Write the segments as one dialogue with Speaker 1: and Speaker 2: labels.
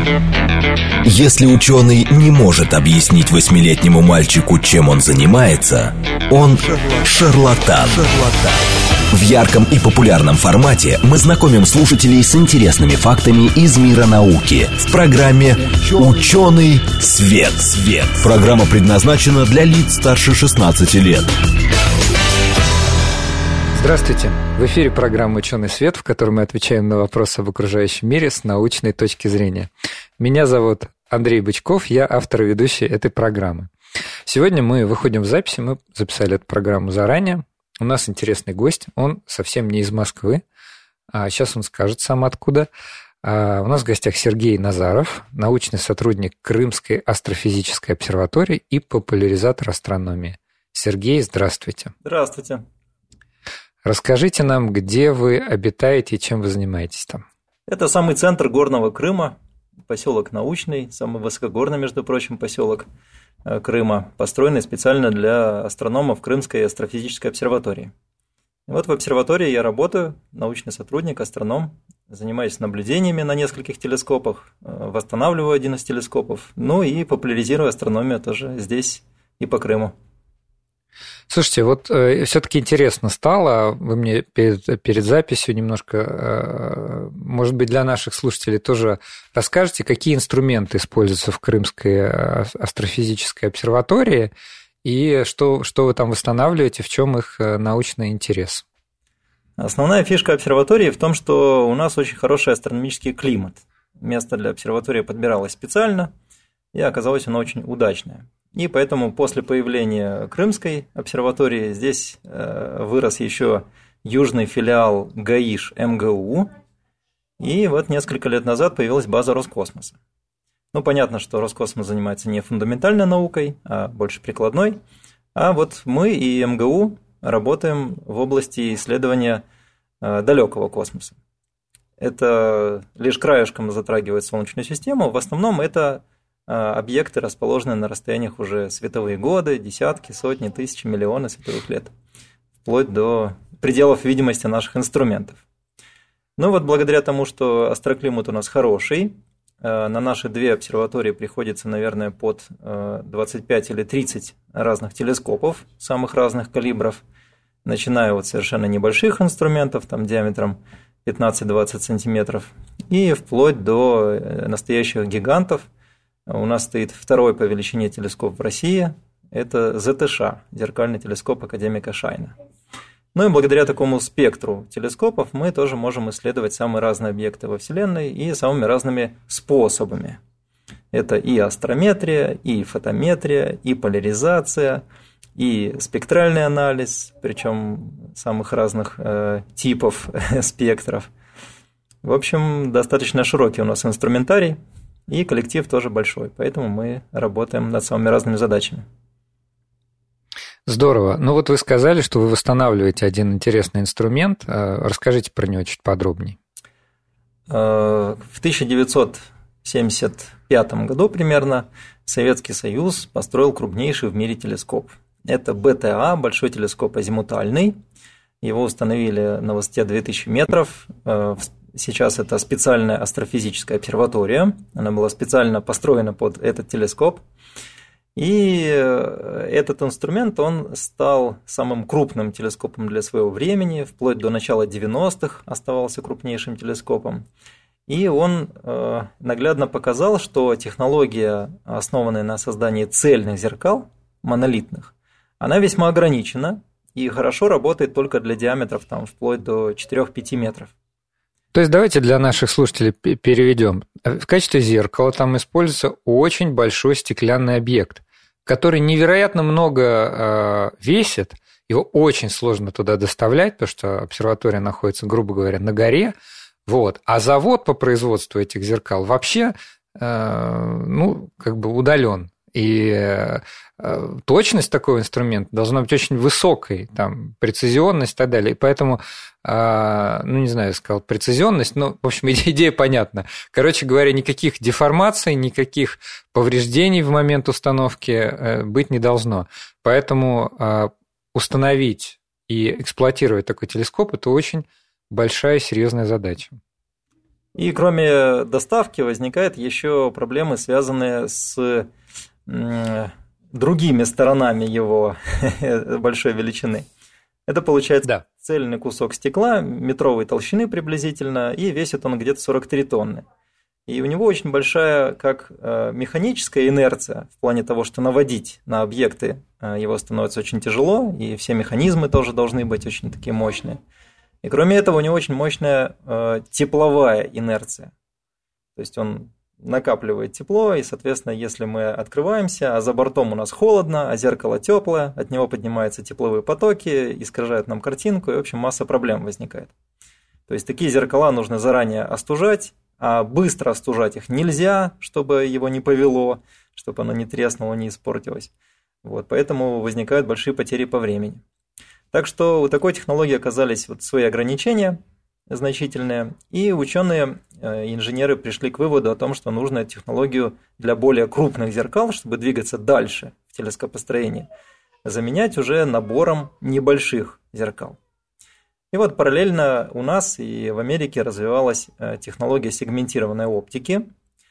Speaker 1: Если ученый не может объяснить 8-летнему мальчику, чем он занимается, он шарлатан. В ярком и популярном формате мы знакомим слушателей с интересными фактами из мира науки в программе «Ученый свет». Программа предназначена для лиц старше 16 лет.
Speaker 2: Здравствуйте! В эфире программа «Ученый свет», в которой мы отвечаем на вопросы об окружающем мире с научной точки зрения. Меня зовут Андрей Бычков, я автор и ведущий этой программы. Сегодня мы выходим в записи, мы записали эту программу заранее. У нас интересный гость, он совсем не из Москвы, а сейчас он скажет сам откуда. У нас в гостях Сергей Назаров, научный сотрудник Крымской астрофизической обсерватории и популяризатор астрономии. Сергей, здравствуйте.
Speaker 3: Здравствуйте.
Speaker 2: Расскажите нам, где вы обитаете и чем вы занимаетесь там.
Speaker 3: Это самый центр Горного Крыма, поселок Научный, самый высокогорный, между прочим, поселок Крыма, построенный специально для астрономов Крымской астрофизической обсерватории. И вот в обсерватории я работаю, научный сотрудник, астроном, занимаюсь наблюдениями на нескольких телескопах, восстанавливаю один из телескопов, ну и популяризирую астрономию тоже здесь и по Крыму.
Speaker 2: Слушайте, вот все-таки интересно стало, вы мне перед записью немножко, может быть, для наших слушателей тоже расскажете, какие инструменты используются в Крымской астрофизической обсерватории и что вы там восстанавливаете, в чем их научный интерес?
Speaker 3: Основная фишка обсерватории в том, что у нас очень хороший астрономический климат. Место для обсерватории подбиралось специально, и оказалось оно очень удачное. И поэтому после появления Крымской обсерватории здесь вырос еще южный филиал ГАИШ МГУ, и вот несколько лет назад появилась база Роскосмоса. Ну, понятно, что Роскосмос занимается не фундаментальной наукой, а больше прикладной, а вот мы и МГУ работаем в области исследования далекого космоса. Это лишь краешком затрагивает Солнечную систему, в основном это объекты, расположенные на расстояниях уже световые годы, десятки, сотни, тысячи, миллионы световых лет, вплоть до пределов видимости наших инструментов. Ну вот благодаря тому, что астроклимат у нас хороший, на наши две обсерватории приходится, наверное, под 25 или 30 разных телескопов самых разных калибров, начиная от совершенно небольших инструментов, там диаметром 15-20 сантиметров, и вплоть до настоящих гигантов. У нас стоит второй по величине телескоп в России, это ЗТШ, зеркальный телескоп академика Шайна. Ну и благодаря такому спектру телескопов мы тоже можем исследовать самые разные объекты во Вселенной и самыми разными способами. Это и астрометрия, и фотометрия, и поляризация, и спектральный анализ, причем самых разных типов спектров. В общем, достаточно широкий у нас инструментарий. И коллектив тоже большой, поэтому мы работаем над самыми разными задачами.
Speaker 2: Здорово. Ну вот вы сказали, что вы восстанавливаете один интересный инструмент. Расскажите про него чуть подробнее.
Speaker 3: В 1975 году примерно Советский Союз построил крупнейший в мире телескоп. Это БТА, большой телескоп азимутальный. Его установили на высоте 2000 метров. Сейчас это специальная астрофизическая обсерватория, она была специально построена под этот телескоп, и этот инструмент, он стал самым крупным телескопом для своего времени, вплоть до начала 90-х оставался крупнейшим телескопом, и он наглядно показал, что технология, основанная на создании цельных зеркал, монолитных, она весьма ограничена и хорошо работает только для диаметров там, вплоть до 4-5 метров.
Speaker 2: То есть давайте для наших слушателей переведем. В качестве зеркала там используется очень большой стеклянный объект, который невероятно много весит, его очень сложно туда доставлять, потому что обсерватория находится, грубо говоря, на горе, вот. А завод по производству этих зеркал вообще удален. И точность такого инструмента должна быть очень высокой, там, прецизионность и так далее. И поэтому, не знаю, я сказал прецизионность, но, в общем, идея понятна. Короче говоря, никаких деформаций, никаких повреждений в момент установки быть не должно. Поэтому установить и эксплуатировать такой телескоп – это очень большая и серьезная задача.
Speaker 3: И кроме доставки возникают еще проблемы, связанные с другими сторонами его большой величины. Это получается цельный кусок стекла, метровой толщины приблизительно, и весит он где-то 43 тонны. И у него очень большая как механическая инерция, в плане того, что наводить на объекты его становится очень тяжело, и все механизмы тоже должны быть очень такие мощные. И кроме этого у него очень мощная тепловая инерция. То есть он накапливает тепло, и, соответственно, если мы открываемся, а за бортом у нас холодно, а зеркало теплое, от него поднимаются тепловые потоки, искажают нам картинку, и, в общем, масса проблем возникает. То есть такие зеркала нужно заранее остужать, а быстро остужать их нельзя, чтобы его не повело, чтобы оно не треснуло, не испортилось. Вот, поэтому возникают большие потери по времени. Так что у такой технологии оказались свои ограничения значительные, и ученые, инженеры пришли к выводу о том, что нужно технологию для более крупных зеркал, чтобы двигаться дальше в телескопостроении, заменять уже набором небольших зеркал. И вот параллельно у нас и в Америке развивалась технология сегментированной оптики.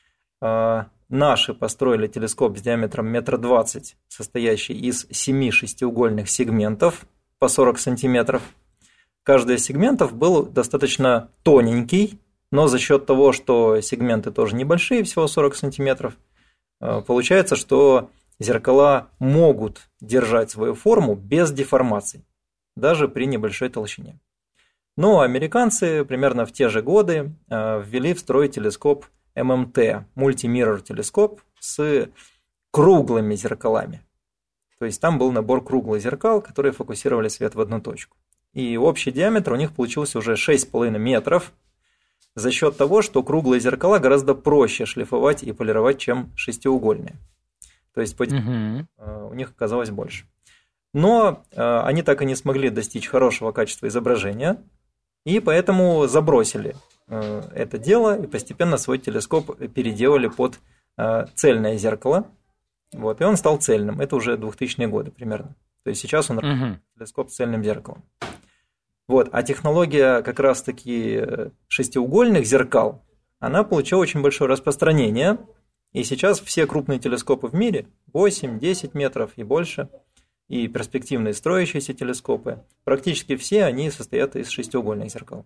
Speaker 3: Наши построили телескоп с диаметром 1,20 м, состоящий из 7 шестиугольных сегментов по 40 сантиметров. Каждый из сегментов был достаточно тоненький, но за счет того, что сегменты тоже небольшие, всего 40 сантиметров, получается, что зеркала могут держать свою форму без деформаций, даже при небольшой толщине. Но американцы примерно в те же годы ввели в строй телескоп ММТ, мультимиррор телескоп с круглыми зеркалами. То есть там был набор круглых зеркал, которые фокусировали свет в одну точку. И общий диаметр у них получился уже 6,5 метров за счет того, что круглые зеркала гораздо проще шлифовать и полировать, чем шестиугольные. То есть у них оказалось больше. Но они так и не смогли достичь хорошего качества изображения, и поэтому забросили это дело и постепенно свой телескоп переделали под цельное зеркало. Вот, и он стал цельным. Это уже 2000-е годы примерно. То есть сейчас он телескоп с цельным зеркалом. Вот, а технология как раз-таки шестиугольных зеркал, она получила очень большое распространение. И сейчас все крупные телескопы в мире, 8-10 метров и больше, и перспективные строящиеся телескопы, практически все они состоят из шестиугольных зеркал.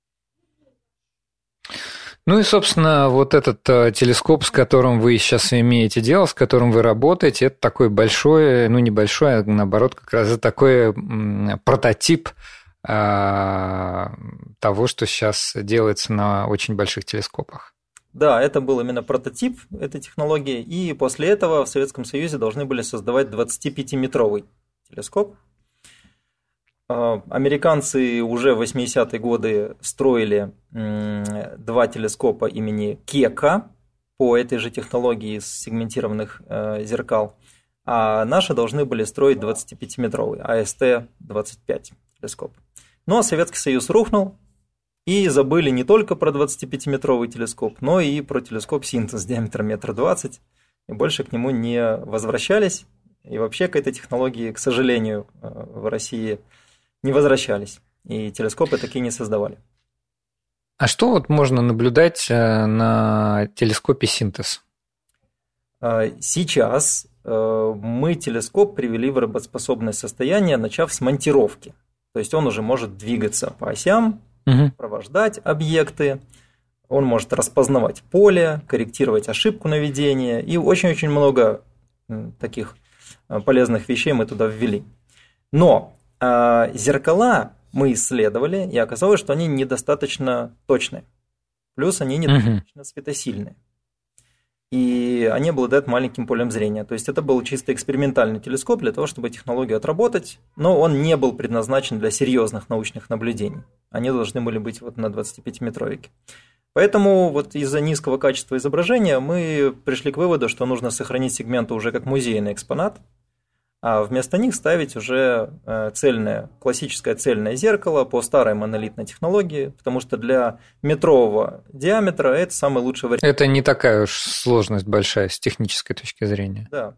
Speaker 2: Ну и, собственно, вот этот телескоп, с которым вы сейчас имеете дело, с которым вы работаете, это такой большой, ну небольшой, а наоборот, как раз это такой прототип того, что сейчас делается на очень больших телескопах.
Speaker 3: Да, это был именно прототип этой технологии, и после этого в Советском Союзе должны были создавать 25-метровый телескоп. Американцы уже в 80-е годы строили 2 телескопа имени Кека по этой же технологии из сегментированных зеркал, а наши должны были строить 25-метровый АСТ-25 телескоп. Но Советский Союз рухнул, и забыли не только про 25-метровый телескоп, но и про телескоп «Синтез» диаметром 1,20 м, и больше к нему не возвращались, и вообще к этой технологии, к сожалению, в России не возвращались, и телескопы такие не создавали.
Speaker 2: А что вот можно наблюдать на телескопе «Синтез»?
Speaker 3: Сейчас мы телескоп привели в работоспособное состояние, начав с монтировки. То есть он уже может двигаться по осям, провождать объекты, он может распознавать поле, корректировать ошибку наведения, и очень-очень много таких полезных вещей мы туда ввели. Но зеркала мы исследовали, и оказалось, что они недостаточно точные, плюс они недостаточно светосильные. И они обладают маленьким полем зрения. То есть это был чисто экспериментальный телескоп для того, чтобы технологию отработать, но он не был предназначен для серьезных научных наблюдений. Они должны были быть вот на 25-метровике. Поэтому вот из-за низкого качества изображения мы пришли к выводу, что нужно сохранить сегменты уже как музейный экспонат, а вместо них ставить уже классическое цельное зеркало по старой монолитной технологии, потому что для метрового диаметра это самый лучший вариант.
Speaker 2: Это не такая уж сложность большая с технической точки зрения.
Speaker 3: Да.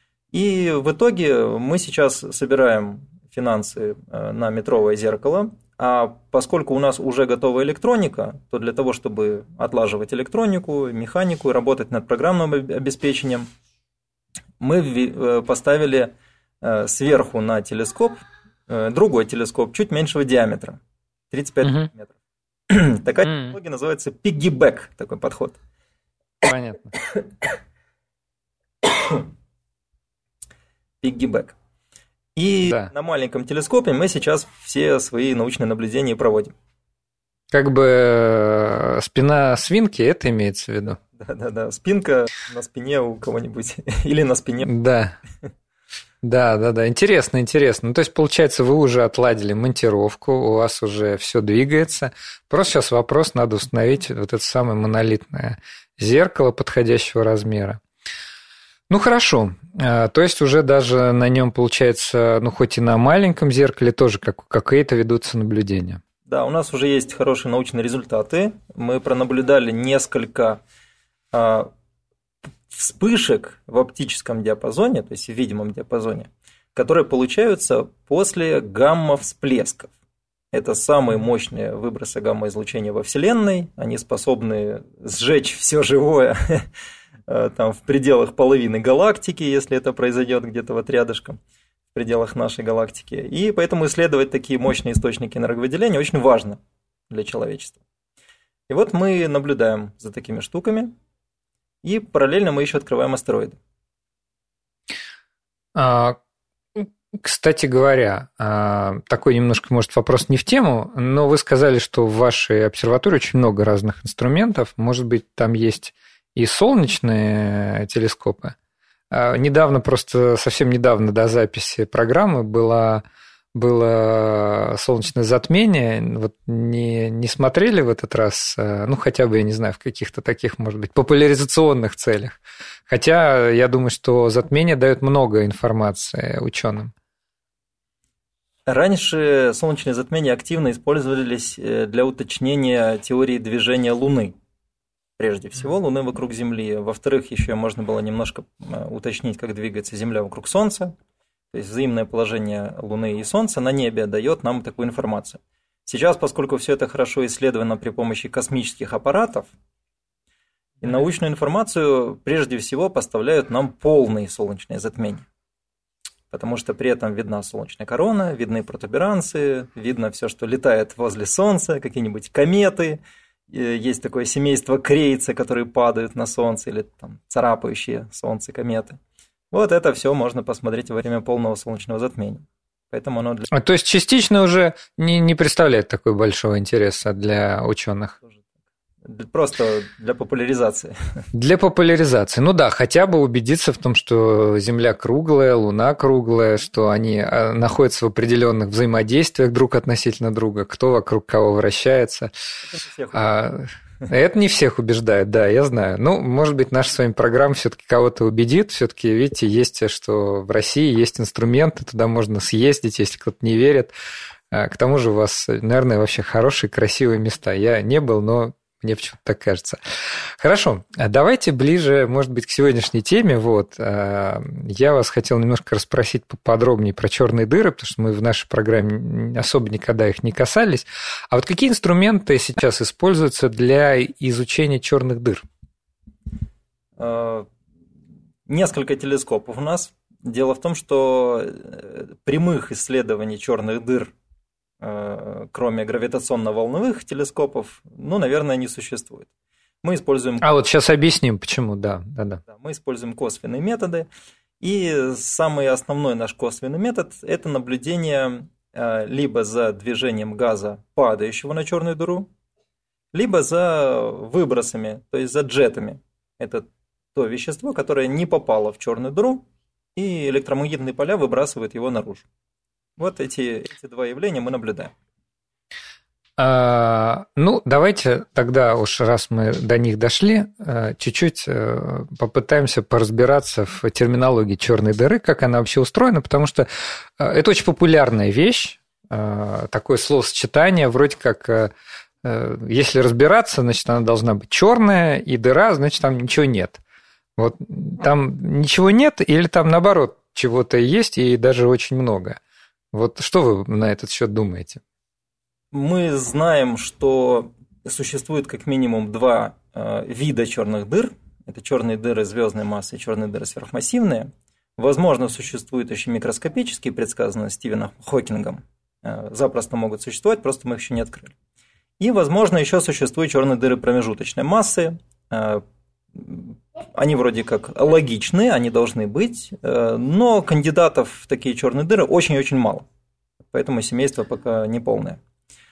Speaker 3: И в итоге мы сейчас собираем финансы на метровое зеркало, А поскольку у нас уже готова электроника, то для того, чтобы отлаживать электронику, механику и работать над программным обеспечением, мы поставили сверху на телескоп другой телескоп чуть меньшего диаметра, 35 метров. Такая технология называется piggyback, такой подход.
Speaker 2: Понятно.
Speaker 3: Piggyback. И на маленьком телескопе мы сейчас все свои научные наблюдения проводим.
Speaker 2: Как бы спина свинки, это имеется в виду?
Speaker 3: Да. Спинка на спине у кого-нибудь или на спине.
Speaker 2: Да. Интересно. Ну, то есть, получается, вы уже отладили монтировку, у вас уже все двигается. Просто сейчас вопрос, надо установить вот это самое монолитное зеркало подходящего размера. Ну, хорошо. То есть, уже даже на нем, получается, ну, хоть и на маленьком зеркале тоже какие-то ведутся наблюдения.
Speaker 3: Да, у нас уже есть хорошие научные результаты. Мы пронаблюдали несколько вспышек в оптическом диапазоне, то есть в видимом диапазоне, которые получаются после гамма-всплесков. Это самые мощные выбросы гамма-излучения во Вселенной. Они способны сжечь все живое там, в пределах половины галактики, если это произойдет где-то вот рядышком, в пределах нашей галактики. И поэтому исследовать такие мощные источники энерговыделения очень важно для человечества. И вот мы наблюдаем за такими штуками, и параллельно мы еще открываем астероиды.
Speaker 2: Кстати говоря, такой немножко, может, вопрос не в тему, но вы сказали, что в вашей обсерватории очень много разных инструментов. Может быть, там есть и солнечные телескопы? Недавно, просто совсем недавно до записи программы было солнечное затмение. Вот не смотрели в этот раз, ну, хотя бы, я не знаю, в каких-то таких, может быть, популяризационных целях. Хотя я думаю, что затмение дает много информации ученым.
Speaker 3: Раньше солнечные затмения активно использовались для уточнения теории движения Луны. Прежде всего, Луны вокруг Земли. Во-вторых, еще можно было немножко уточнить, как двигается Земля вокруг Солнца. То есть взаимное положение Луны и Солнца на небе дает нам такую информацию. Сейчас, поскольку все это хорошо исследовано при помощи космических аппаратов, и научную информацию прежде всего поставляют нам полные солнечные затмения. Потому что при этом видна солнечная корона, видны протуберанцы, видно все, что летает возле Солнца, какие-нибудь кометы. Есть такое семейство крейца, которые падают на Солнце, или там царапающие Солнце кометы. Вот это все можно посмотреть во время полного солнечного затмения. Поэтому оно
Speaker 2: То есть частично уже не представляет такой большого интереса для ученых.
Speaker 3: Просто для популяризации.
Speaker 2: Для популяризации. Ну да, хотя бы убедиться в том, что Земля круглая, Луна круглая, что они находятся в определенных взаимодействиях друг относительно друга, кто вокруг кого вращается. Это не всех убеждает, да, я знаю. Ну, может быть, наша с вами программа все-таки кого-то убедит. Все-таки, видите, есть, что в России есть инструменты, туда можно съездить, если кто-то не верит. К тому же у вас, наверное, вообще хорошие, красивые места. Я не был, но мне почему-то так кажется. Хорошо, давайте ближе, может быть, к сегодняшней теме. Вот. Я вас хотел немножко расспросить поподробнее про черные дыры, потому что мы в нашей программе особо никогда их не касались. А вот какие инструменты сейчас используются для изучения черных дыр?
Speaker 3: Несколько телескопов у нас. Дело в том, что прямых исследований черных дыр, кроме гравитационно-волновых телескопов, наверное, не существует. Мы используем...
Speaker 2: вот сейчас объясним, почему, да.
Speaker 3: Мы используем косвенные методы, и самый основной наш косвенный метод – это наблюдение либо за движением газа, падающего на черную дыру, либо за выбросами, то есть за джетами. Это то вещество, которое не попало в черную дыру, и электромагнитные поля выбрасывают его наружу. Вот эти два явления мы наблюдаем.
Speaker 2: Давайте тогда уж, раз мы до них дошли, чуть-чуть попытаемся поразбираться в терминологии черной дыры, как она вообще устроена, потому что это очень популярная вещь, такое словосочетание, вроде как, если разбираться, значит, она должна быть черная, и дыра, значит, там ничего нет. Вот там ничего нет, или там, наоборот, чего-то есть, и даже очень много. Вот что вы на этот счет думаете?
Speaker 3: Мы знаем, что существует как минимум два вида черных дыр. Это черные дыры звездной массы и черные дыры сверхмассивные. Возможно, существуют еще микроскопические, предсказанные Стивеном Хокингом. Запросто могут существовать, просто мы их еще не открыли. И, возможно, еще существуют черные дыры промежуточной массы. Они вроде как логичны, они должны быть, но кандидатов в такие черные дыры очень-очень мало. Поэтому семейство пока не полное.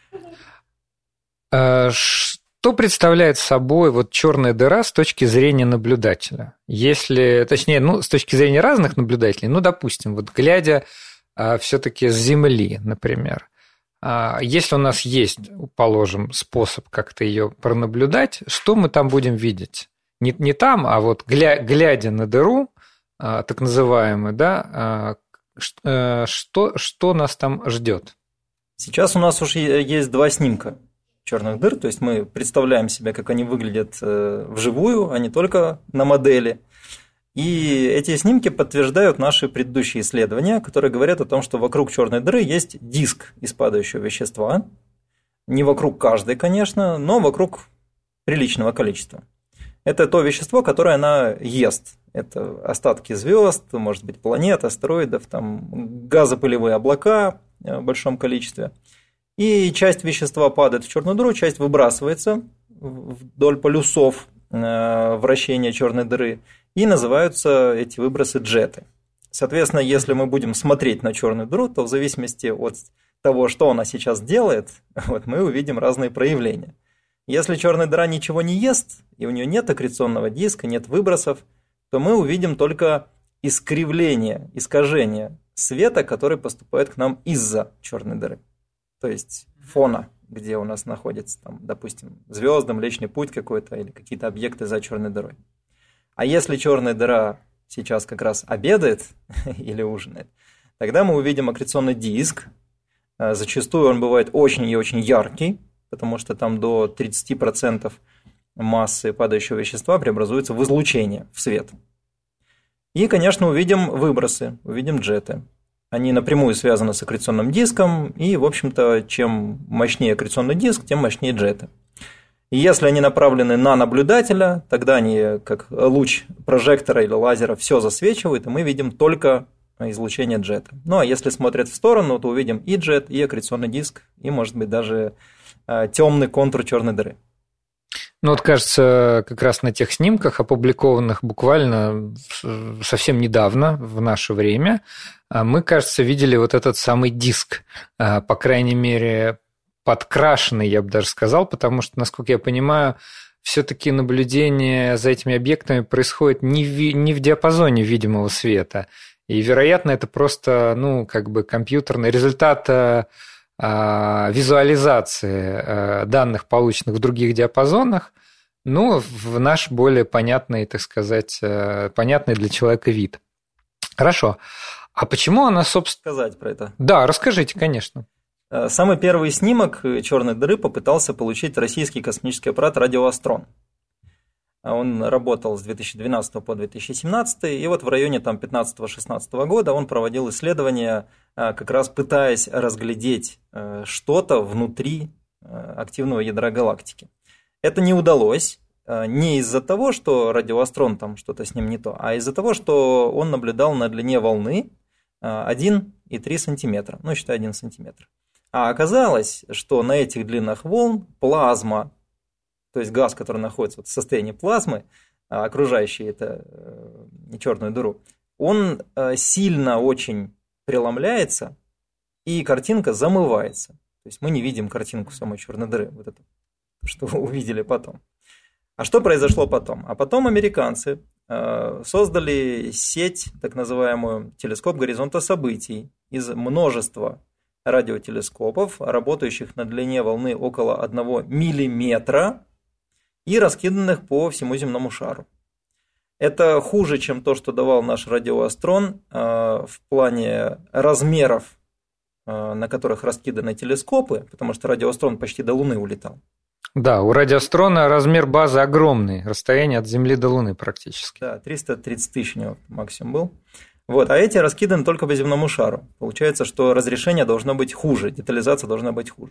Speaker 2: Что представляет собой вот черная дыра с точки зрения наблюдателя? Если, точнее, с точки зрения разных наблюдателей, допустим, вот глядя все-таки с Земли, например, если у нас есть, положим, способ как-то ее пронаблюдать, что мы там будем видеть? Не там, а вот глядя на дыру, так называемую, да, что нас там ждет?
Speaker 3: Сейчас у нас уже есть два снимка черных дыр, то есть мы представляем себе, как они выглядят вживую, а не только на модели. И эти снимки подтверждают наши предыдущие исследования, которые говорят о том, что вокруг черной дыры есть диск из падающего вещества. Не вокруг каждой, конечно, но вокруг приличного количества. Это то вещество, которое она ест. Это остатки звезд, может быть, планет, астероидов, там, газопылевые облака в большом количестве. И часть вещества падает в черную дыру, часть выбрасывается вдоль полюсов вращения черной дыры. И называются эти выбросы джеты. Соответственно, если мы будем смотреть на черную дыру, то в зависимости от того, что она сейчас делает, мы увидим разные проявления. Если черная дыра ничего не ест, и у нее нет аккреционного диска, нет выбросов, то мы увидим только искривление, искажение света, который поступает к нам из-за черной дыры. То есть фона, где у нас находится, там, допустим, звезды, Млечный Путь какой-то или какие-то объекты за черной дырой. А если черная дыра сейчас как раз обедает или ужинает, тогда мы увидим аккреционный диск. Зачастую он бывает очень и очень яркий, потому что там до 30% массы падающего вещества преобразуется в излучение, в свет. И, конечно, увидим выбросы, увидим джеты. Они напрямую связаны с аккреционным диском, и, в общем-то, чем мощнее аккреционный диск, тем мощнее джеты. И если они направлены на наблюдателя, тогда они, как луч прожектора или лазера, все засвечивают, и мы видим только излучение джета. Ну, а если смотрят в сторону, то увидим и джет, и аккреционный диск, и, может быть, даже темный контур черной дыры.
Speaker 2: Вот, кажется, как раз на тех снимках, опубликованных буквально совсем недавно, в наше время, мы, кажется, видели вот этот самый диск, по крайней мере, подкрашенный, я бы даже сказал, потому что, насколько я понимаю, все-таки наблюдение за этими объектами происходит не в диапазоне видимого света. И, вероятно, это просто, компьютерный результат визуализации данных, полученных в других диапазонах, в наш более понятный, так сказать, понятный для человека вид. Хорошо. А почему она, собственно...
Speaker 3: Сказать про это?
Speaker 2: Да, расскажите, конечно.
Speaker 3: Самый первый снимок черной дыры попытался получить российский космический аппарат «Радиоастрон». Он работал с 2012 по 2017, и вот в районе 15-16 года он проводил исследования, как раз пытаясь разглядеть что-то внутри активного ядра галактики. Это не удалось не из-за того, что радиоастрон там что-то с ним не то, а из-за того, что он наблюдал на длине волны 1,3 сантиметра, считай 1 сантиметр. А оказалось, что на этих длинах волн плазма, то есть газ, который находится в состоянии плазмы, окружающий эту черную дыру, он сильно очень преломляется, и картинка замывается. То есть мы не видим картинку самой черной дыры, вот это, что вы увидели потом. А что произошло потом? А потом американцы создали сеть, так называемую телескоп горизонта событий, из множества радиотелескопов, работающих на длине волны около 1 миллиметра и раскиданных по всему земному шару. Это хуже, чем то, что давал наш радиоастрон в плане размеров, на которых раскиданы телескопы, потому что радиоастрон почти до Луны улетал.
Speaker 2: Да, у радиоастрона размер базы огромный, расстояние от Земли до Луны практически.
Speaker 3: Да, 330 тысяч у него максимум был. А эти раскиданы только по земному шару. Получается, что разрешение должно быть хуже, детализация должна быть хуже.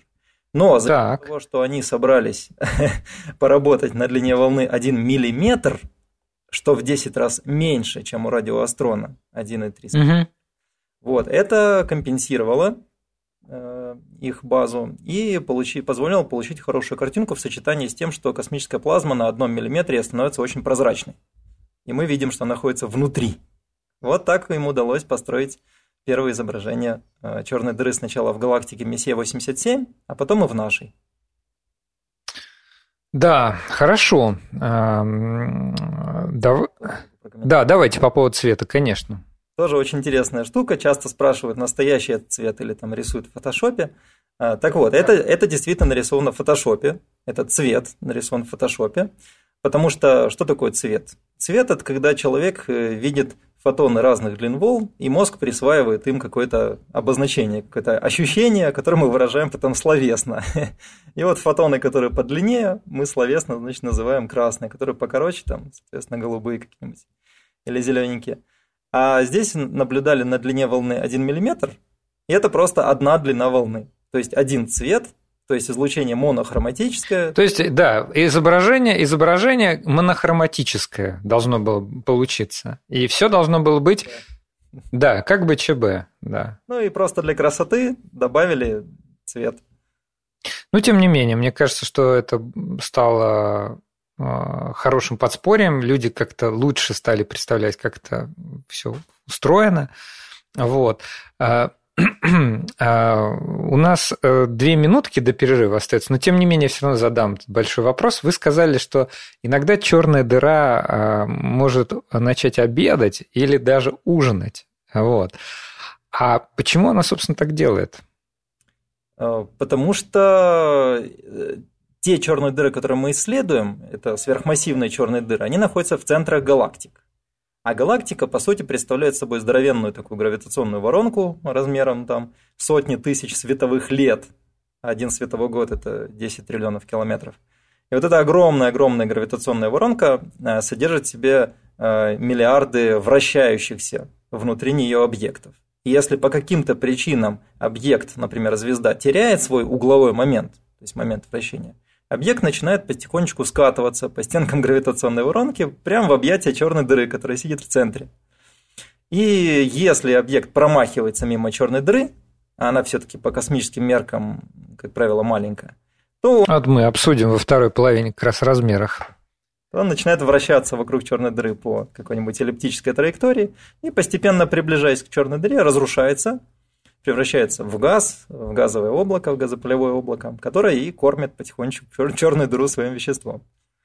Speaker 3: Но за того, что они собрались поработать на длине волны 1 миллиметр, что в 10 раз меньше, чем у радиоастрона 1,3. Вот, это компенсировало их базу и позволило получить хорошую картинку в сочетании с тем, что космическая плазма на 1 миллиметре становится очень прозрачной. И мы видим, что она находится внутри. Вот так им удалось построить первое изображение черной дыры сначала в галактике Мессия-87, а потом и в нашей.
Speaker 2: Да, хорошо. Да, давайте по поводу цвета, конечно.
Speaker 3: Тоже очень интересная штука. Часто спрашивают, настоящий этот цвет или там рисуют в фотошопе. Так вот, это действительно нарисовано в фотошопе. Этот цвет нарисован в фотошопе. Потому что что такое цвет? Цвет – это когда человек видит фотоны разных длин волн, и мозг присваивает им какое-то обозначение, какое-то ощущение, которое мы выражаем потом словесно. И вот фотоны, которые подлиннее, мы словесно, значит, называем красные, которые покороче, там, соответственно, голубые какие-нибудь или зелененькие. А здесь наблюдали на длине волны 1 мм, и это просто одна длина волны. То есть один цвет, то есть излучение монохроматическое.
Speaker 2: То есть, да, изображение монохроматическое должно было получиться. И все должно было быть, да, как бы ЧБ, да.
Speaker 3: Ну и просто для красоты добавили цвет.
Speaker 2: Ну, тем не менее, мне кажется, что это стало хорошим подспорьем, люди как-то лучше стали представлять, как это все устроено. Вот. У нас 2 минутки до перерыва остается, но тем не менее все равно задам большой вопрос. Вы сказали, что иногда черная дыра может начать обедать или даже ужинать. Вот. А почему она, собственно, так делает?
Speaker 3: Потому что те черные дыры, которые мы исследуем, это сверхмассивные черные дыры, они находятся в центрах галактик. А галактика, по сути, представляет собой здоровенную такую гравитационную воронку размером там сотни тысяч световых лет. 1 световой год – это 10 триллионов километров. И вот эта огромная-огромная гравитационная воронка содержит в себе миллиарды вращающихся внутри нее объектов. И если по каким-то причинам объект, например, звезда, теряет свой угловой момент, то есть момент вращения, объект начинает потихонечку скатываться по стенкам гравитационной воронки прямо в объятия черной дыры, которая сидит в центре. И если объект промахивается мимо черной дыры, а она все-таки по космическим меркам, как правило, маленькая, то
Speaker 2: мы обсудим во второй половине как раз размерах.
Speaker 3: Он начинает вращаться вокруг черной дыры по какой-нибудь эллиптической траектории и, постепенно приближаясь к черной дыре, разрушается, превращается в газ, в газовое облако, в газопылевое облако, которое и кормит потихонечку черную дыру своим веществом.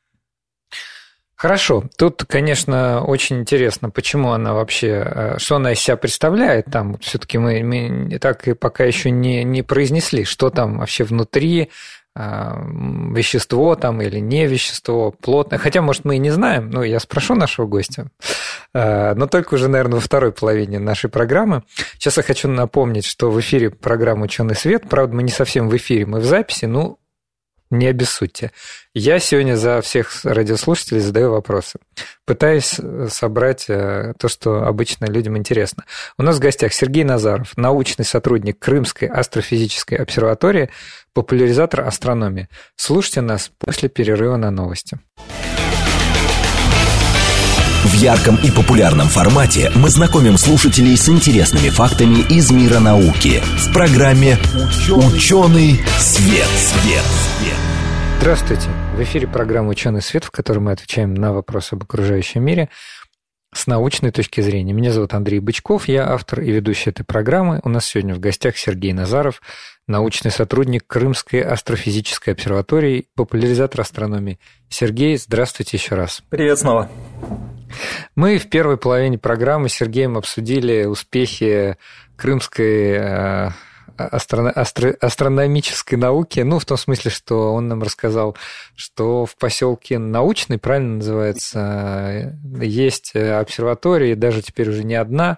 Speaker 2: Хорошо. Тут, конечно, очень интересно, почему она вообще, что она из себя представляет. Там все-таки мы так и пока еще не произнесли, что там вообще внутри, вещество там или не вещество, плотное. Хотя, может, мы и не знаем, но я спрошу нашего гостя. Но только уже, наверное, во второй половине нашей программы. Сейчас я хочу напомнить, что в эфире программа «Ученый свет». Правда, мы не совсем в эфире, мы в записи, ну, не обессудьте. Я сегодня за всех радиослушателей задаю вопросы. Пытаюсь собрать то, что обычно людям интересно. У нас в гостях Сергей Назаров, научный сотрудник Крымской астрофизической обсерватории, популяризатор астрономии. Слушайте нас после перерыва на новости.
Speaker 1: В ярком и популярном формате мы знакомим слушателей с интересными фактами из мира науки в программе «Ученый свет».
Speaker 2: Здравствуйте. В эфире программа «Ученый свет», в которой мы отвечаем на вопросы об окружающем мире с научной точки зрения. Меня зовут Андрей Бычков, я автор и ведущий этой программы. У нас сегодня в гостях Сергей Назаров, научный сотрудник Крымской астрофизической обсерватории, популяризатор астрономии. Сергей, здравствуйте еще раз.
Speaker 3: Привет снова.
Speaker 2: Мы в первой половине программы с Сергеем обсудили успехи крымской астрономической науки, ну, в том смысле, что он нам рассказал, что в поселке Научный, правильно называется, есть обсерватория, даже теперь уже не одна,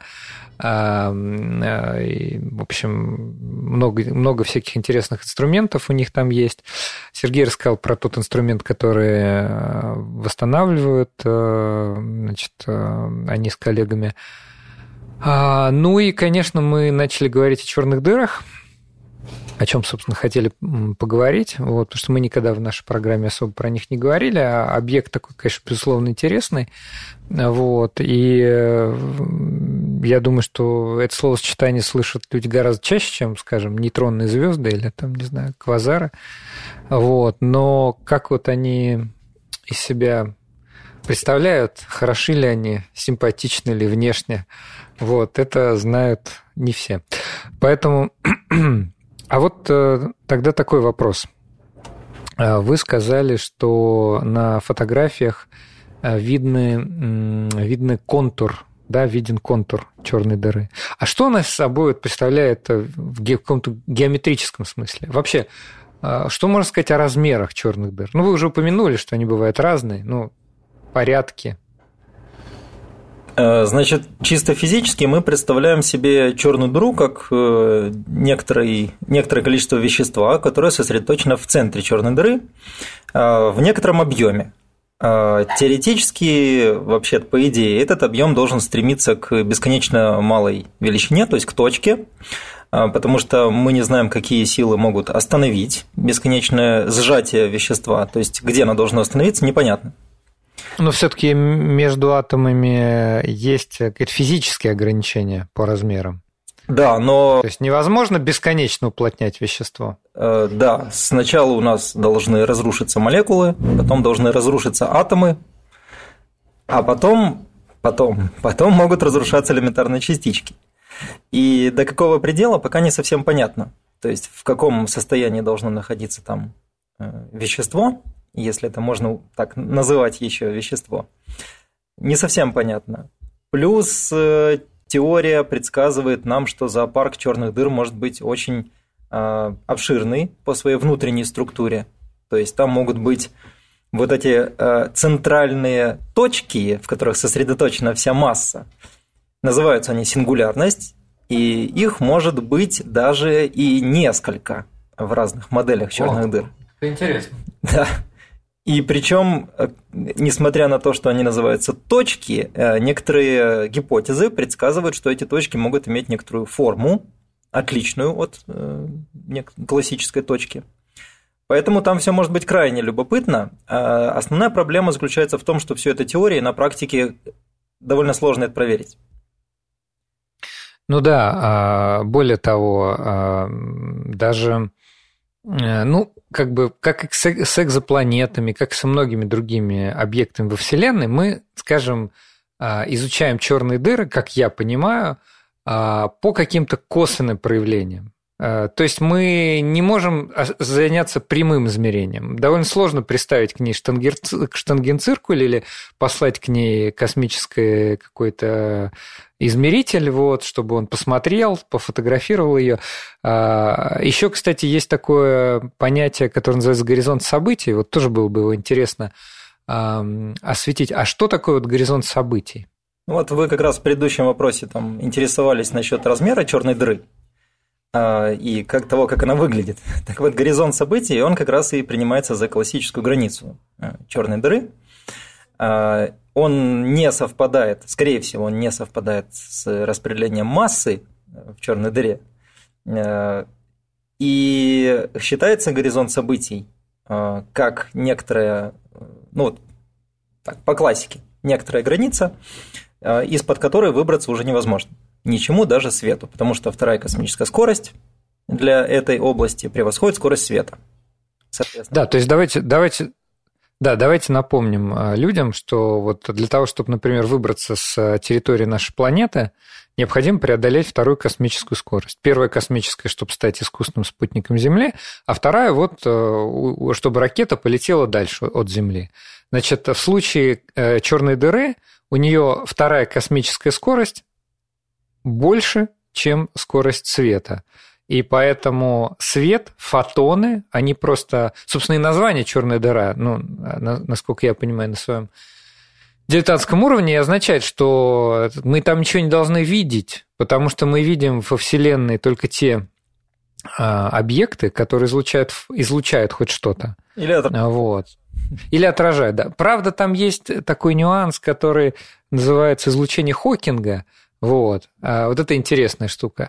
Speaker 2: и, в общем, много всяких интересных инструментов у них там есть. Сергей рассказал про тот инструмент, который восстанавливают, значит, они с коллегами. Ну и, конечно, мы начали говорить о черных дырах. о чем, собственно, хотели поговорить, вот, потому что мы никогда в нашей программе особо про них не говорили, а объект такой, конечно, безусловно, интересный, вот, и я думаю, что это словосочетание слышат люди гораздо чаще, чем, скажем, нейтронные звезды или, там, не знаю, квазары, вот, но как вот они из себя представляют, хороши ли они, симпатичны ли внешне, вот, это знают не все. Поэтому... А вот тогда такой вопрос. Вы сказали, что на фотографиях видный контур, да, виден контур черной дыры. А что она собой представляет в каком-то геометрическом смысле? Вообще, что можно сказать о размерах черных дыр? Ну, вы уже упомянули, что они бывают разные, ну, порядки.
Speaker 3: Значит, чисто физически мы представляем себе черную дыру как некоторое количество вещества, которое сосредоточено в центре черной дыры в некотором объеме. Теоретически, вообще, по идее, этот объем должен стремиться к бесконечно малой величине, то есть к точке, потому что мы не знаем, какие силы могут остановить бесконечное сжатие вещества, то есть где оно должно остановиться, непонятно.
Speaker 2: Но все-таки между атомами есть какие-то физические ограничения по размерам.
Speaker 3: Да, но...
Speaker 2: То есть невозможно бесконечно уплотнять вещество.
Speaker 3: Да, сначала у нас должны разрушиться молекулы, потом должны разрушиться атомы, а потом могут разрушаться элементарные частички. И до какого предела пока не совсем понятно. То есть в каком состоянии должно находиться там вещество, если это можно так называть еще вещество, не совсем понятно. Плюс теория предсказывает нам, что зоопарк черных дыр может быть очень обширный по своей внутренней структуре. То есть там могут быть вот эти центральные точки, в которых сосредоточена вся масса. Называются они сингулярность, и их может быть даже и несколько в разных моделях черных дыр.
Speaker 2: Это интересно.
Speaker 3: Да. И причем, несмотря на то, что они называются точки, некоторые гипотезы предсказывают, что эти точки могут иметь некоторую форму, отличную от классической точки. Поэтому там все может быть крайне любопытно. Основная проблема заключается в том, что все это теория, и на практике довольно сложно это проверить.
Speaker 2: Ну да, более того, даже... Ну, как и с экзопланетами, как и со многими другими объектами во Вселенной, мы, скажем, изучаем черные дыры, как я понимаю, по каким-то косвенным проявлениям. То есть мы не можем заняться прямым измерением. Довольно сложно представить к ней штангенциркуль или послать к ней космическое какой-то измеритель, вот, чтобы он посмотрел, пофотографировал ее. Еще, кстати, есть такое понятие, которое называется горизонт событий. Вот тоже было бы его интересно осветить. А что такое вот горизонт событий?
Speaker 3: Вот вы как раз в предыдущем вопросе там интересовались насчет размера черной дыры и того, как она выглядит. Так вот, горизонт событий, он как раз и принимается за классическую границу черной дыры. Он не совпадает, скорее всего, он не совпадает с распределением массы в черной дыре. И считается горизонт событий как некоторая, ну, так, по классике, некоторая граница, из-под которой выбраться уже невозможно. Ничему, даже свету, потому что вторая космическая скорость для этой области превосходит скорость света.
Speaker 2: Да, то есть давайте напомним людям, что вот для того, чтобы, например, выбраться с территории нашей планеты, необходимо преодолеть вторую космическую скорость. Первая космическая, чтобы стать искусственным спутником Земли, а вторая, вот, чтобы ракета полетела дальше от Земли. Значит, в случае черной дыры у нее вторая космическая скорость больше, чем скорость света. И поэтому свет, фотоны, они просто... Собственно, и название «черная дыра», ну, насколько я понимаю, на своем дилетантском уровне означает, что мы там ничего не должны видеть, потому что мы видим во Вселенной только те объекты, которые излучают хоть что-то.
Speaker 3: Или отражают.
Speaker 2: Вот. Или отражают, да. Правда, там есть такой нюанс, который называется излучение Хокинга. Вот. Вот это интересная штука.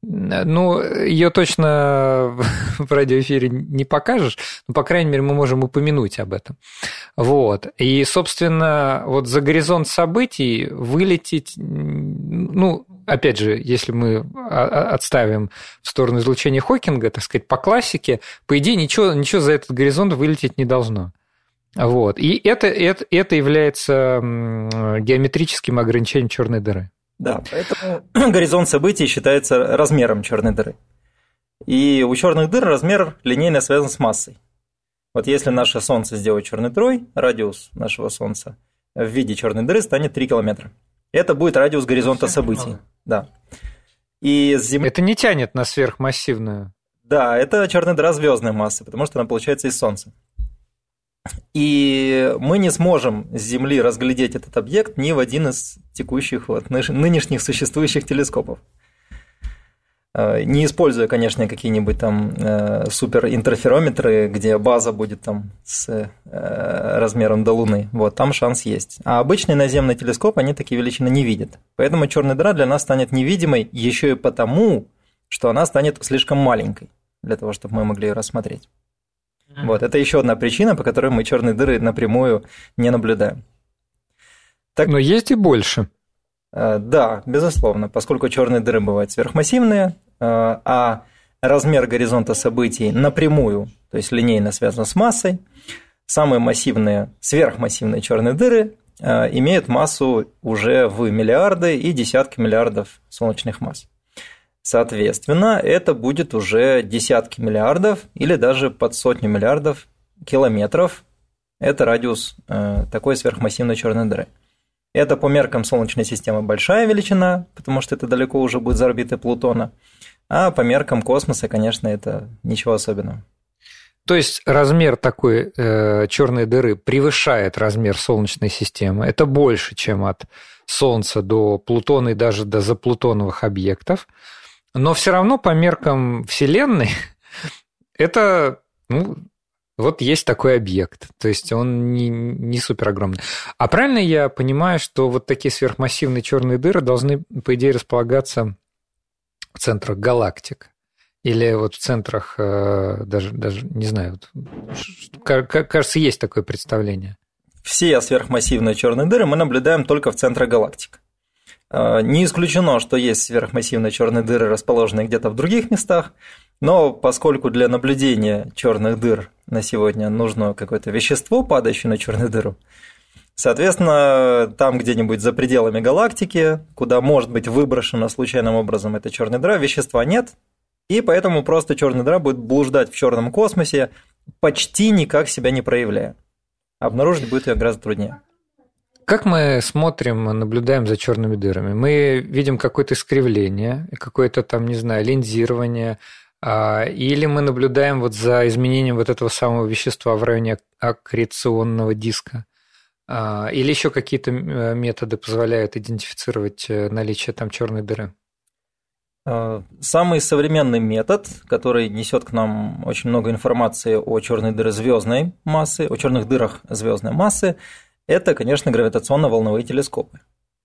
Speaker 2: Ну, ее точно в радиоэфире не покажешь, но, по крайней мере, мы можем упомянуть об этом. Вот. И, собственно, вот за горизонт событий вылететь, ну, опять же, если мы отставим в сторону излучения Хокинга, так сказать, по классике, по идее, ничего за этот горизонт вылететь не должно. Вот. И это является геометрическим ограничением черной дыры.
Speaker 3: Да, поэтому горизонт событий считается размером черной дыры. И у черных дыр размер линейно связан с массой. Вот если наше Солнце сделать черной дырой, радиус нашего Солнца в виде черной дыры станет 3 километра. Это будет радиус горизонта событий. Да. И
Speaker 2: Это не тянет на сверхмассивную.
Speaker 3: Да, это черная дыра звездной массы, потому что она получается из Солнца. И мы не сможем с Земли разглядеть этот объект ни в один из текущих нынешних существующих телескопов. Не используя, конечно, какие-нибудь там суперинтерферометры, где база будет там с размером до Луны. Вот, там шанс есть. А обычный наземный телескоп, они такие величины не видят. Поэтому черная дыра для нас станет невидимой еще и потому, что она станет слишком маленькой для того, чтобы мы могли ее рассмотреть. Вот, это еще одна причина, по которой мы черные дыры напрямую не наблюдаем.
Speaker 2: Так, но есть и больше.
Speaker 3: Да, безусловно, поскольку черные дыры бывают сверхмассивные, а размер горизонта событий напрямую, то есть линейно связан с массой, самые массивные, сверхмассивные черные дыры имеют массу уже в миллиарды и десятки миллиардов солнечных масс. Соответственно, это будет уже десятки миллиардов или даже под сотню миллиардов километров. Это радиус такой сверхмассивной черной дыры. Это по меркам Солнечной системы большая величина, потому что это далеко уже будет за орбитой Плутона. А по меркам космоса, конечно, это ничего особенного.
Speaker 2: То есть размер такой черной дыры превышает размер Солнечной системы. Это больше, чем от Солнца до Плутона и даже до заплутоновых объектов. Но все равно по меркам Вселенной это, вот есть такой объект, то есть он не супер огромный. А правильно я понимаю, что вот такие сверхмассивные черные дыры должны, по идее, располагаться в центрах галактик? Или вот в центрах, даже не знаю, кажется, есть такое представление.
Speaker 3: Все сверхмассивные черные дыры мы наблюдаем только в центрах галактик. Не исключено, что есть сверхмассивные черные дыры, расположенные где-то в других местах, но поскольку для наблюдения черных дыр на сегодня нужно какое-то вещество, падающее на черную дыру, соответственно, там где-нибудь за пределами галактики, куда может быть выброшена случайным образом эта черная дыра, вещества нет, и поэтому просто черная дыра будет блуждать в черном космосе, почти никак себя не проявляя. Обнаружить будет ее гораздо труднее.
Speaker 2: Как мы смотрим, наблюдаем за черными дырами? Мы видим какое-то искривление, какое-то там, не знаю, линзирование, или мы наблюдаем вот за изменением вот этого самого вещества в районе аккреционного диска, или еще какие-то методы позволяют идентифицировать наличие там черной дыры?
Speaker 3: Самый современный метод, который несет к нам очень много информации о черной дыре звездной массы, о черных дырах звездной массы, это, конечно, гравитационно-волновые телескопы.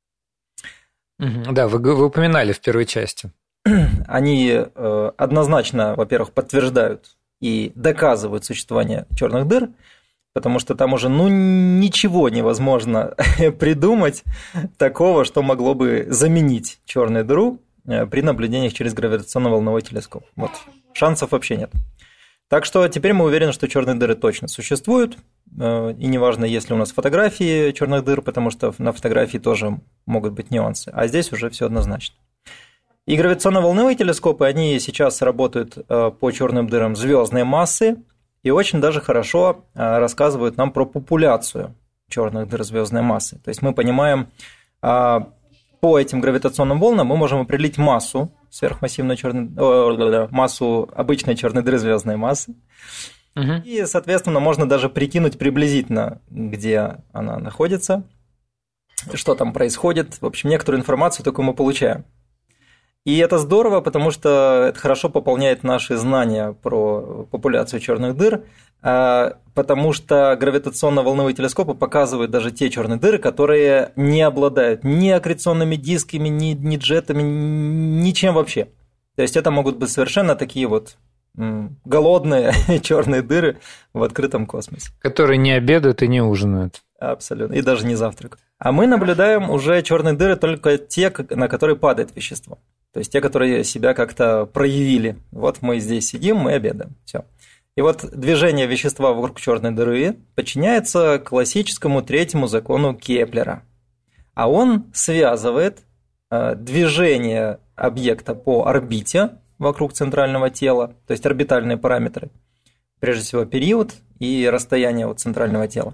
Speaker 2: Да, вы упоминали в первой части.
Speaker 3: Они однозначно, во-первых, подтверждают и доказывают существование черных дыр, потому что там уже ничего невозможно придумать такого, что могло бы заменить черную дыру при наблюдениях через гравитационно-волновой телескоп. Вот. Шансов вообще нет. Так что теперь мы уверены, что черные дыры точно существуют, и неважно, есть ли у нас фотографии черных дыр, потому что на фотографии тоже могут быть нюансы, а здесь уже все однозначно. И гравитационно-волновые телескопы, они сейчас работают по черным дырам звездной массы и очень даже хорошо рассказывают нам про популяцию черных дыр звездной массы. То есть мы понимаем, по этим гравитационным волнам мы можем определить массу сверхмассивной массу обычной черной дыры звездной массы. И, соответственно, можно даже прикинуть приблизительно, где она находится, что там происходит. В общем, некоторую информацию такую мы получаем. И это здорово, потому что это хорошо пополняет наши знания про популяцию черных дыр, потому что гравитационно-волновые телескопы показывают даже те черные дыры, которые не обладают ни аккреционными дисками, ни джетами, ничем вообще. То есть это могут быть совершенно такие вот голодные черные дыры в открытом космосе.
Speaker 2: Которые не обедают и не ужинают.
Speaker 3: Абсолютно. И даже не завтракают. А мы наблюдаем уже черные дыры только те, на которые падает вещество. То есть те, которые себя как-то проявили. Вот мы здесь сидим, мы обедаем. Все. И вот движение вещества вокруг черной дыры подчиняется классическому третьему закону Кеплера. А он связывает движение объекта по орбите вокруг центрального тела, то есть орбитальные параметры, прежде всего период и расстояние от центрального тела,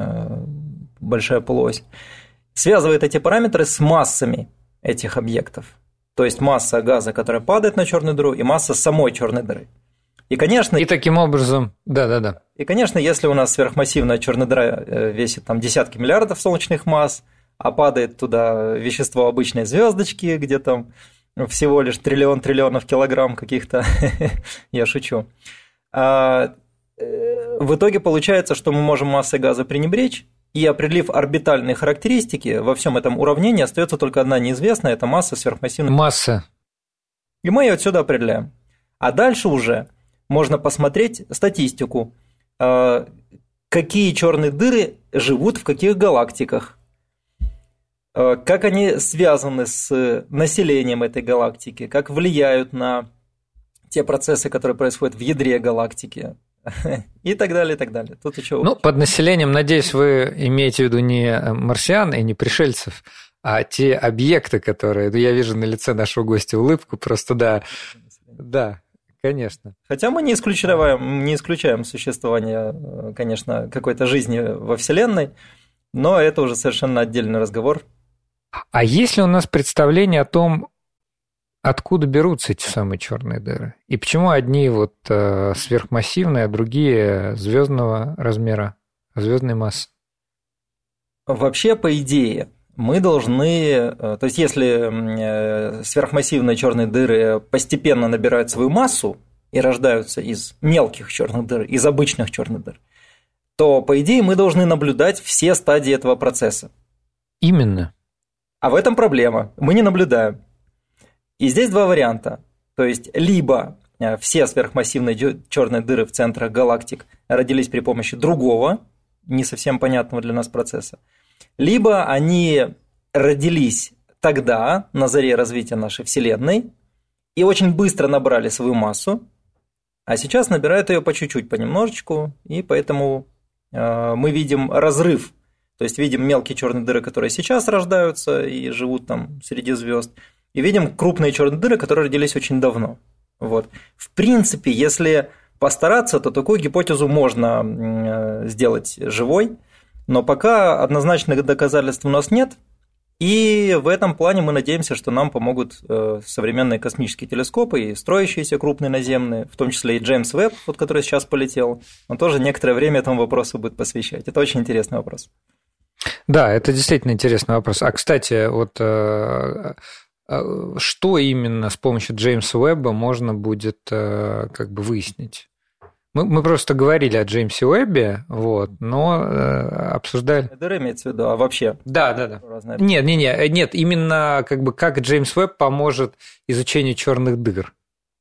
Speaker 3: большая полуось, связывает эти параметры с массами этих объектов, то есть масса газа, которая падает на черную дыру, и масса самой черной дыры. И, конечно,
Speaker 2: и таким образом, да.
Speaker 3: И, конечно, если у нас сверхмассивная черная дыра весит там десятки миллиардов солнечных масс, а падает туда вещество обычной звездочки, где там всего лишь триллионов килограмм каких-то, я шучу. В итоге получается, что мы можем массой газа пренебречь, и определив орбитальные характеристики, во всем этом уравнении остается только одна неизвестная – это масса сверхмассивной.
Speaker 2: Масса.
Speaker 3: И мы ее отсюда определяем. А дальше уже можно посмотреть статистику, какие черные дыры живут в каких галактиках, как они связаны с населением этой галактики, как влияют на те процессы, которые происходят в ядре галактики, и так далее, и так далее. Тут еще...
Speaker 2: под населением, надеюсь, вы имеете в виду не марсиан и не пришельцев, а те объекты, которые... Я вижу на лице нашего гостя улыбку, просто да, конечно.
Speaker 3: Хотя мы не исключаем существование, конечно, какой-то жизни во Вселенной, но это уже совершенно отдельный разговор.
Speaker 2: А есть ли у нас представление о том, откуда берутся эти самые черные дыры? И почему одни сверхмассивные, а другие звездного размера, звездной массы?
Speaker 3: Вообще, по идее, мы должны... То есть, если сверхмассивные черные дыры постепенно набирают свою массу и рождаются из мелких черных дыр, из обычных черных дыр, то, по идее, мы должны наблюдать все стадии этого процесса.
Speaker 2: Именно.
Speaker 3: А в этом проблема. Мы не наблюдаем. И здесь два варианта. То есть, либо все сверхмассивные черные дыры в центрах галактик родились при помощи другого, не совсем понятного для нас процесса, либо они родились тогда, на заре развития нашей Вселенной, и очень быстро набрали свою массу, а сейчас набирают ее по чуть-чуть, понемножечку, и поэтому мы видим разрыв. То есть видим мелкие черные дыры, которые сейчас рождаются и живут там среди звезд, и видим крупные черные дыры, которые родились очень давно. Вот. В принципе, если постараться, то такую гипотезу можно сделать живой, но пока однозначных доказательств у нас нет, и в этом плане мы надеемся, что нам помогут современные космические телескопы и строящиеся крупные наземные, в том числе и Джеймс Уэбб, который сейчас полетел, он тоже некоторое время этому вопросу будет посвящать. Это очень интересный вопрос.
Speaker 2: Да, это действительно интересный вопрос. А, кстати, что именно с помощью Джеймса Уэбба можно будет выяснить? Мы просто говорили о Джеймсе Уэббе, но обсуждали...
Speaker 3: Дыры имеется в виду, а вообще?
Speaker 2: Да. Нет, именно как Джеймс Уэбб поможет изучению черных дыр.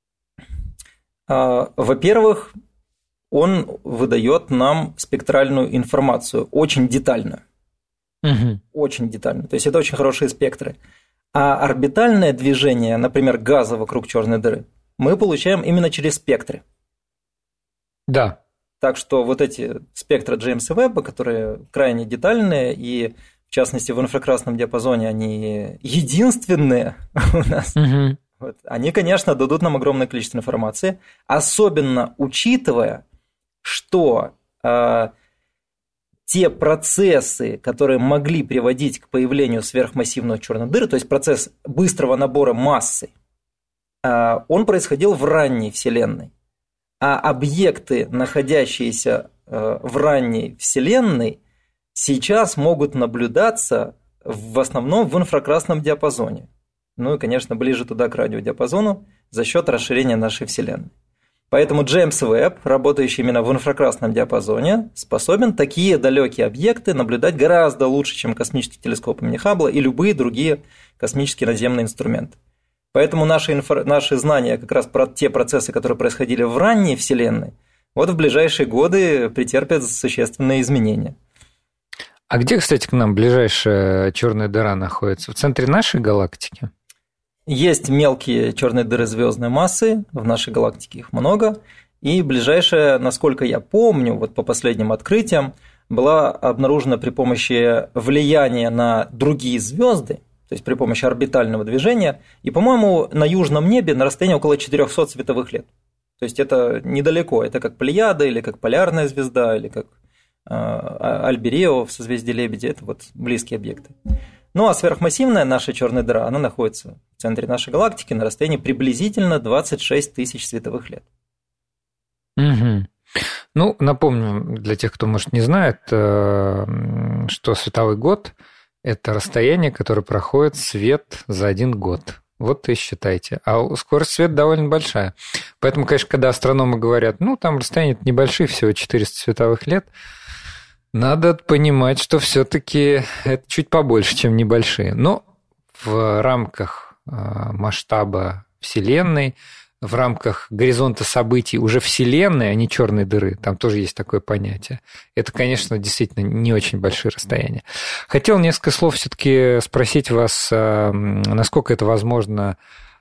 Speaker 3: Во-первых, он выдает нам спектральную информацию, очень детальную.
Speaker 2: Угу.
Speaker 3: Очень детально. То есть это очень хорошие спектры. А орбитальное движение, например, газа вокруг черной дыры, мы получаем именно через спектры.
Speaker 2: Да.
Speaker 3: Так что вот эти спектры Джеймса Уэбба, которые крайне детальные, и в частности в инфракрасном диапазоне они единственные у нас, они, конечно, дадут нам огромное количество информации, особенно учитывая, что те процессы, которые могли приводить к появлению сверхмассивной черной дыры, то есть процесс быстрого набора массы, он происходил в ранней Вселенной. А объекты, находящиеся в ранней Вселенной, сейчас могут наблюдаться в основном в инфракрасном диапазоне. Ну и, конечно, ближе туда к радиодиапазону за счет расширения нашей Вселенной. Поэтому Джеймс Уэбб, работающий именно в инфракрасном диапазоне, способен такие далекие объекты наблюдать гораздо лучше, чем космический телескоп имени Хаббла и любые другие космические наземные инструменты. Поэтому наши знания как раз про те процессы, которые происходили в ранней Вселенной, вот в ближайшие годы претерпят существенные изменения.
Speaker 2: А где, кстати, к нам ближайшая черная дыра находится? В центре нашей галактики?
Speaker 3: Есть мелкие черные дыры звездной массы, в нашей галактике их много, и ближайшая, насколько я помню, вот по последним открытиям, была обнаружена при помощи влияния на другие звезды, то есть при помощи орбитального движения, и, по-моему, на южном небе на расстоянии около 400 световых лет. То есть это недалеко, это как Плеяда, или как Полярная звезда, или как Альберио в созвездии Лебедя, это вот близкие объекты. Ну а сверхмассивная наша черная дыра, она находится в центре нашей галактики на расстоянии приблизительно 26 тысяч световых лет.
Speaker 2: Угу. Ну, напомню для тех, кто, может, не знает, что световой год – это расстояние, которое проходит свет за 1 год. Вот и считайте. А скорость света довольно большая. Поэтому, конечно, когда астрономы говорят, ну, там расстояние небольшие, всего 400 световых лет, надо понимать, что все-таки это чуть побольше, чем небольшие. Но в рамках масштаба Вселенной, в рамках горизонта событий уже Вселенной, а не черной дыры, там тоже есть такое понятие. Это, конечно, действительно не очень большие расстояния. Хотел несколько слов все-таки спросить вас, насколько это возможно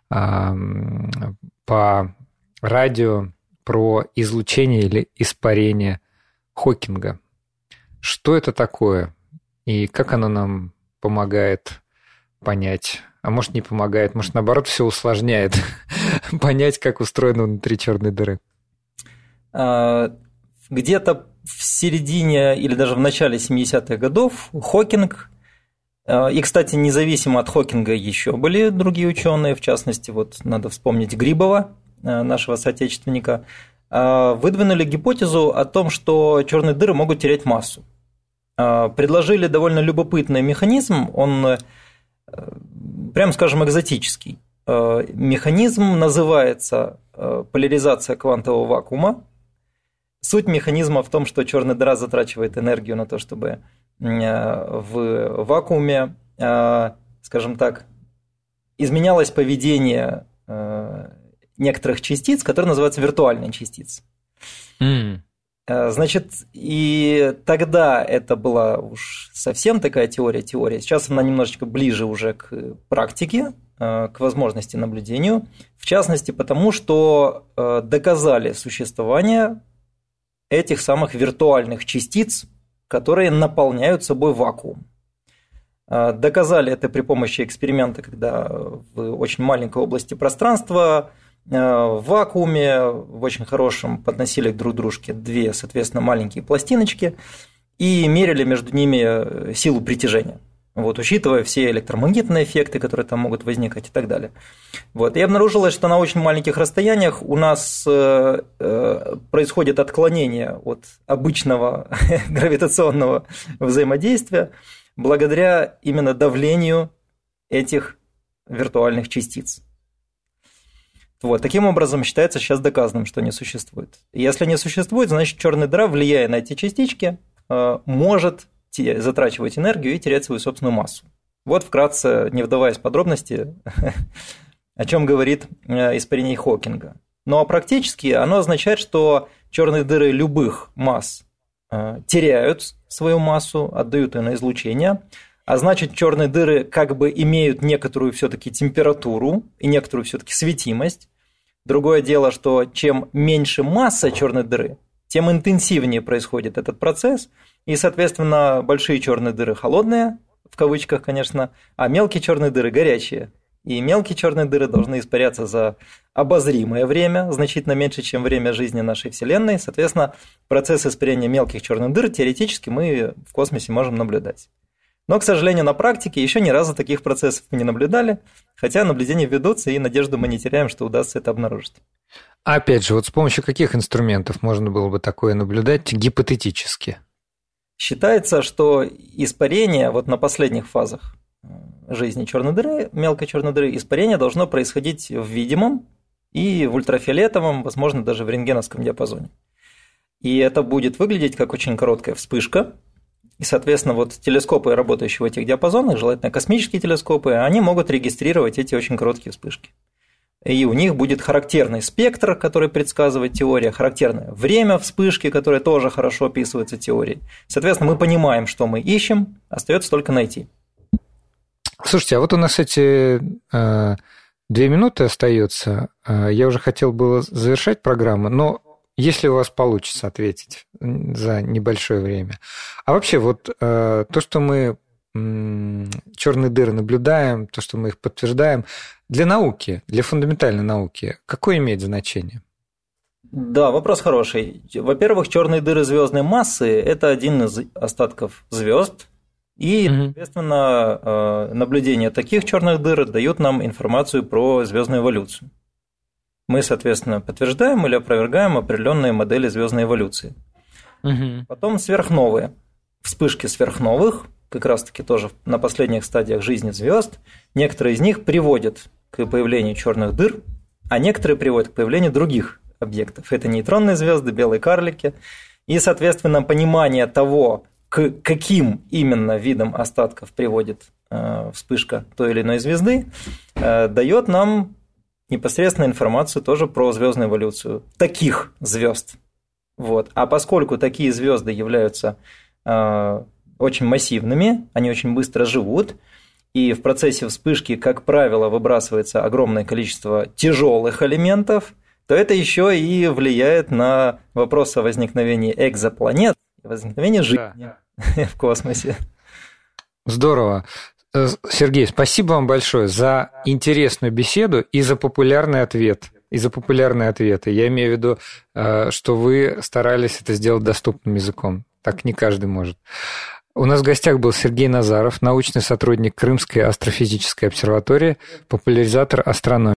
Speaker 2: по радио про излучение или испарение Хокинга. Что это такое и как оно нам помогает понять? А может, не помогает, может, наоборот, все усложняет понять, как устроено внутри черной дыры.
Speaker 3: Где-то в середине или даже в начале 70-х годов Хокинг, и, кстати, независимо от Хокинга еще были другие ученые, в частности, вот надо вспомнить Грибова, нашего соотечественника, выдвинули гипотезу о том, что черные дыры могут терять массу. Предложили довольно любопытный механизм, он, прямо скажем, экзотический. Механизм называется поляризация квантового вакуума. Суть механизма в том, что черная дыра затрачивает энергию на то, чтобы в вакууме, скажем так, изменялось поведение некоторых частиц, которые называются виртуальные частицы. Значит, и тогда это была уж совсем такая теория. Сейчас она немножечко ближе уже к практике, к возможности наблюдению. В частности, потому что доказали существование этих самых виртуальных частиц, которые наполняют собой вакуум. Доказали это при помощи эксперимента, когда в очень маленькой области пространства в вакууме, в очень хорошем, подносили друг к дружке 2, соответственно, маленькие пластиночки и мерили между ними силу притяжения, вот, учитывая все электромагнитные эффекты, которые там могут возникать и так далее. Вот, и обнаружилось, что на очень маленьких расстояниях у нас происходит отклонение от обычного гравитационного взаимодействия благодаря именно давлению этих виртуальных частиц. Вот, таким образом, считается сейчас доказанным, что не существует. Если не существует, значит, черная дыра, влияя на эти частички, может затрачивать энергию и терять свою собственную массу. Вот вкратце, не вдаваясь в подробности, о чем говорит испарение Хокинга. Ну а практически оно означает, что черные дыры любых масс теряют свою массу, отдают ее на излучение, а значит, черные дыры как бы имеют некоторую все-таки температуру и некоторую все-таки светимость. Другое дело, что чем меньше масса черной дыры, тем интенсивнее происходит этот процесс, и, соответственно, большие черные дыры холодные, в кавычках, конечно, а мелкие черные дыры горячие. И мелкие черные дыры должны испаряться за обозримое время, значительно меньше, чем время жизни нашей Вселенной. Соответственно, процесс испарения мелких черных дыр теоретически мы в космосе можем наблюдать. Но, к сожалению, на практике еще ни разу таких процессов мы не наблюдали, хотя наблюдения ведутся, и надежду мы не теряем, что удастся это обнаружить.
Speaker 2: Опять же, вот с помощью каких инструментов можно было бы такое наблюдать гипотетически?
Speaker 3: Считается, что испарение вот на последних фазах жизни черной дыры, мелкой черной дыры, испарение должно происходить в видимом и в ультрафиолетовом, возможно, даже в рентгеновском диапазоне. И это будет выглядеть как очень короткая вспышка. И, соответственно, вот телескопы, работающие в этих диапазонах, желательно космические телескопы, они могут регистрировать эти очень короткие вспышки. и у них будет характерный спектр, который предсказывает теория, характерное время вспышки, которое тоже хорошо описывается теорией. Соответственно, мы понимаем, что мы ищем, остается только найти.
Speaker 2: Слушайте, а вот у нас эти 2 минуты остается. Я уже хотел было завершать программу, но если у вас получится ответить за небольшое время. А вообще, вот то, что мы черные дыры наблюдаем, то, что мы их подтверждаем, для науки, для фундаментальной науки, какое имеет значение?
Speaker 3: Да, вопрос хороший. Во-первых, черные дыры звездной массы – это один из остатков звезд, и, соответственно, наблюдение таких черных дыр дают нам информацию про звездную эволюцию. Мы, соответственно, подтверждаем или опровергаем определенные модели звездной эволюции. Потом сверхновые. Вспышки сверхновых, как раз-таки тоже на последних стадиях жизни звезд, некоторые из них приводят к появлению черных дыр, а некоторые приводят к появлению других объектов. Это нейтронные звезды, белые карлики. И, соответственно, понимание того, к каким именно видам остатков приводит вспышка той или иной звезды, дает нам непосредственно информацию тоже про звездную эволюцию таких звезд. Вот. А поскольку такие звезды являются очень массивными, они очень быстро живут, и в процессе вспышки, как правило, выбрасывается огромное количество тяжелых элементов, то это еще и влияет на вопрос о возникновении экзопланет, возникновении жизни в космосе.
Speaker 2: Здорово. Сергей, спасибо вам большое за интересную беседу и за популярный ответ. Я имею в виду, что вы старались это сделать доступным языком. Так не каждый может. У нас в гостях был Сергей Назаров, научный сотрудник Крымской астрофизической обсерватории, популяризатор астрономии.